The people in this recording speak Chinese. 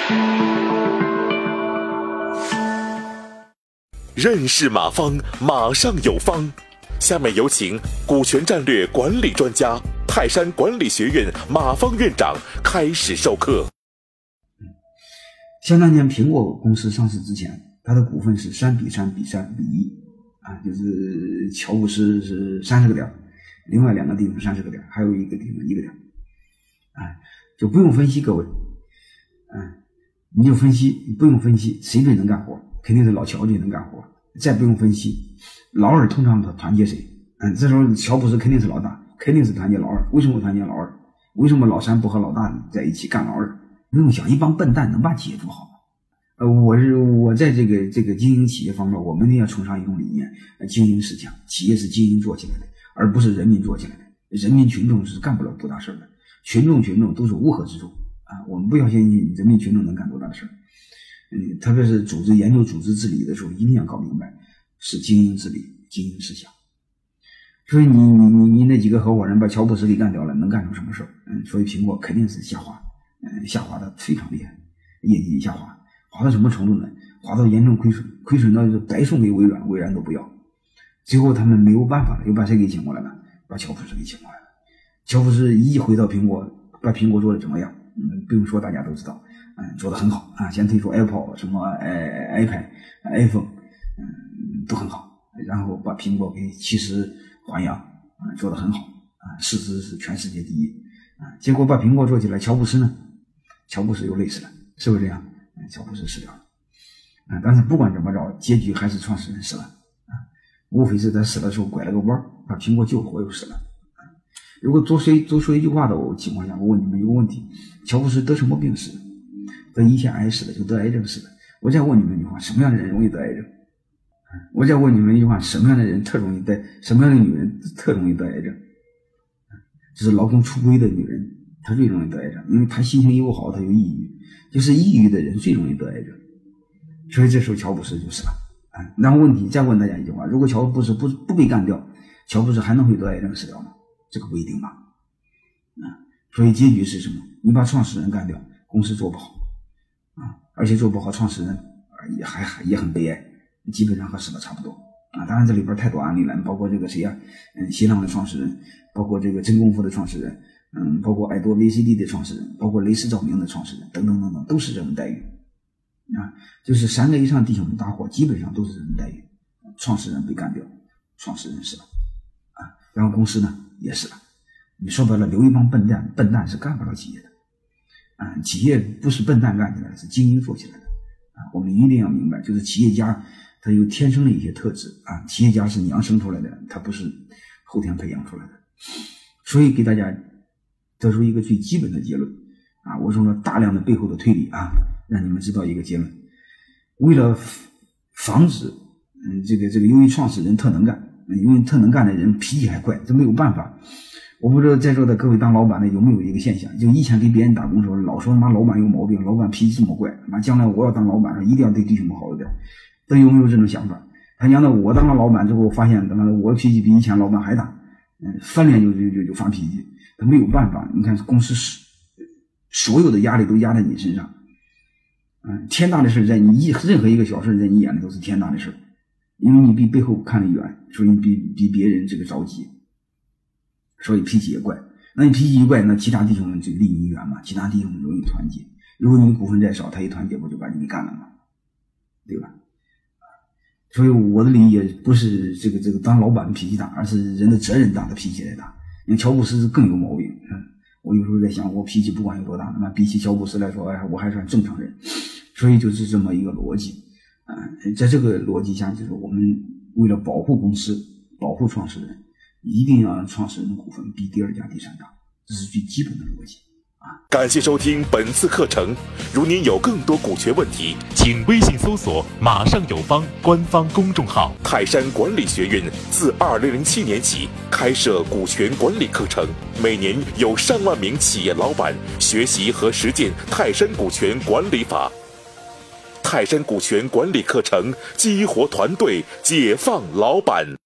认识马方，马上有方。下面有请股权战略管理专家、泰山管理学院马方院长开始授课。 想当年苹果公司上市之前，它的股份是3:3:3:1啊，就是乔布斯是30个点，另外2个地方30个点，还有一个地方1个点，就不用分析各位，你就分析，你不用分析谁最能干活，肯定是老乔最能干活，再不用分析老二通常团结谁，这时候乔布斯肯定是老大，肯定是团结老二。为什么团结老二？为什么老三不和老大在一起干老二？不用想，一帮笨蛋能把企业做好吗？我在这个经营企业方面，我们一定要崇尚一种理念，经营是强，企业是经营做起来的，而不是人民做起来的。人民群众是干不了多大事的，群众都是乌合之众我们不要相信人民群众能干多大的事特别是研究组织治理的时候，一定要搞明白是经营治理，经营是强。所以你那几个合伙人把乔布斯给干掉了，能干出什么事所以苹果肯定是下滑，下滑的非常厉害，业绩下滑，滑到什么程度呢？滑到严重亏损，亏损到就是白送给微软，微软都不要。最后他们没有办法了，又把谁给请过来了？把乔布斯给请过来了。乔布斯一回到苹果，把苹果做的怎么样？不用说，大家都知道，做得很好先推出 Apple 什么iPad、iPhone，都很好，然后把苹果给起死还阳做得很好市值是全世界第一结果把苹果做起来，乔布斯呢？乔布斯又累死了，是不是这样？乔布斯死掉了但是不管怎么着，结局还是创始人死了无非是在死的时候拐了个弯，把苹果救活又死了如果多说一句话的情况下，我问你们一个问题：乔布斯得什么病死的？得胰腺癌死的，就得癌症死的。我再问你们一句话：什么样的人容易得癌症？我再问你们一句话：什么样的人特容易得？什么样的女人特容易得癌症？就是老公出轨的女人，她最容易得癌症，因为她心情一不好，她就抑郁，就是抑郁的人最容易得癌症。所以这时候乔布斯就死了然后问题再问大家一句话：如果乔布斯不被干掉，乔布斯还能会得癌症死掉吗？这个不一定吧所以结局是什么？你把创始人干掉，公司做不好而且做不好，创始人也很悲哀，基本上和死了差不多当然这里边太多案例了，包括这个谁新浪的创始人，包括这个真功夫的创始人包括爱多 VCD 的创始人，包括雷士照明的创始人等等等等，都是这种待遇就是3个以上弟兄的大伙基本上都是这种待遇，创始人被干掉，创始人死了然后公司呢也死了。你说白了，留一帮笨蛋是干不了企业的企业不是笨蛋干起来的，是精英做起来的我们一定要明白，就是企业家他有天生的一些特质企业家是娘生出来的，他不是后天培养出来的。所以给大家得出一个最基本的结论我说了大量的背后的推理让你们知道一个结论。为了防止这个由于创始人特能干，因为特能干的人脾气还怪，这没有办法。我不知道在座的各位当老板的有没有一个现象，就以前给别人打工的时候老说老板有毛病，老板脾气这么怪，将来我要当老板一定要对弟兄们好一点。都有没有这种想法？他讲到我当了老板之后发现我脾气比以前老板还大翻脸就发脾气，他没有办法。你看公司所有的压力都压在你身上天大的事在你任何一个小事在你眼里都是天大的事，因为你比背后看得远，所以你比别人这个着急，所以脾气也怪。那你脾气一怪，那其他弟兄们就离你远嘛，其他弟兄们容易团结。如果你股份再少，他一团结不就把你给干了吗？对吧？所以我的理解不是这个当老板脾气大，而是人的责任大的脾气来大。你看乔布斯更有毛病我有时候在想，我脾气不管有多大，那比起乔布斯来说我还算正常人。所以就是这么一个逻辑在这个逻辑下，就是我们为了保护公司，保护创始人，一定要让创始人的股份比第2家第3家，这是最基本的逻辑感谢收听本次课程。如您有更多股权问题，请微信搜索马上有方官方公众号。泰山管理学院自2007年起开设股权管理课程，每年有上万名企业老板学习和实践泰山股权管理法。泰山股权管理课程激活团队，解放老板。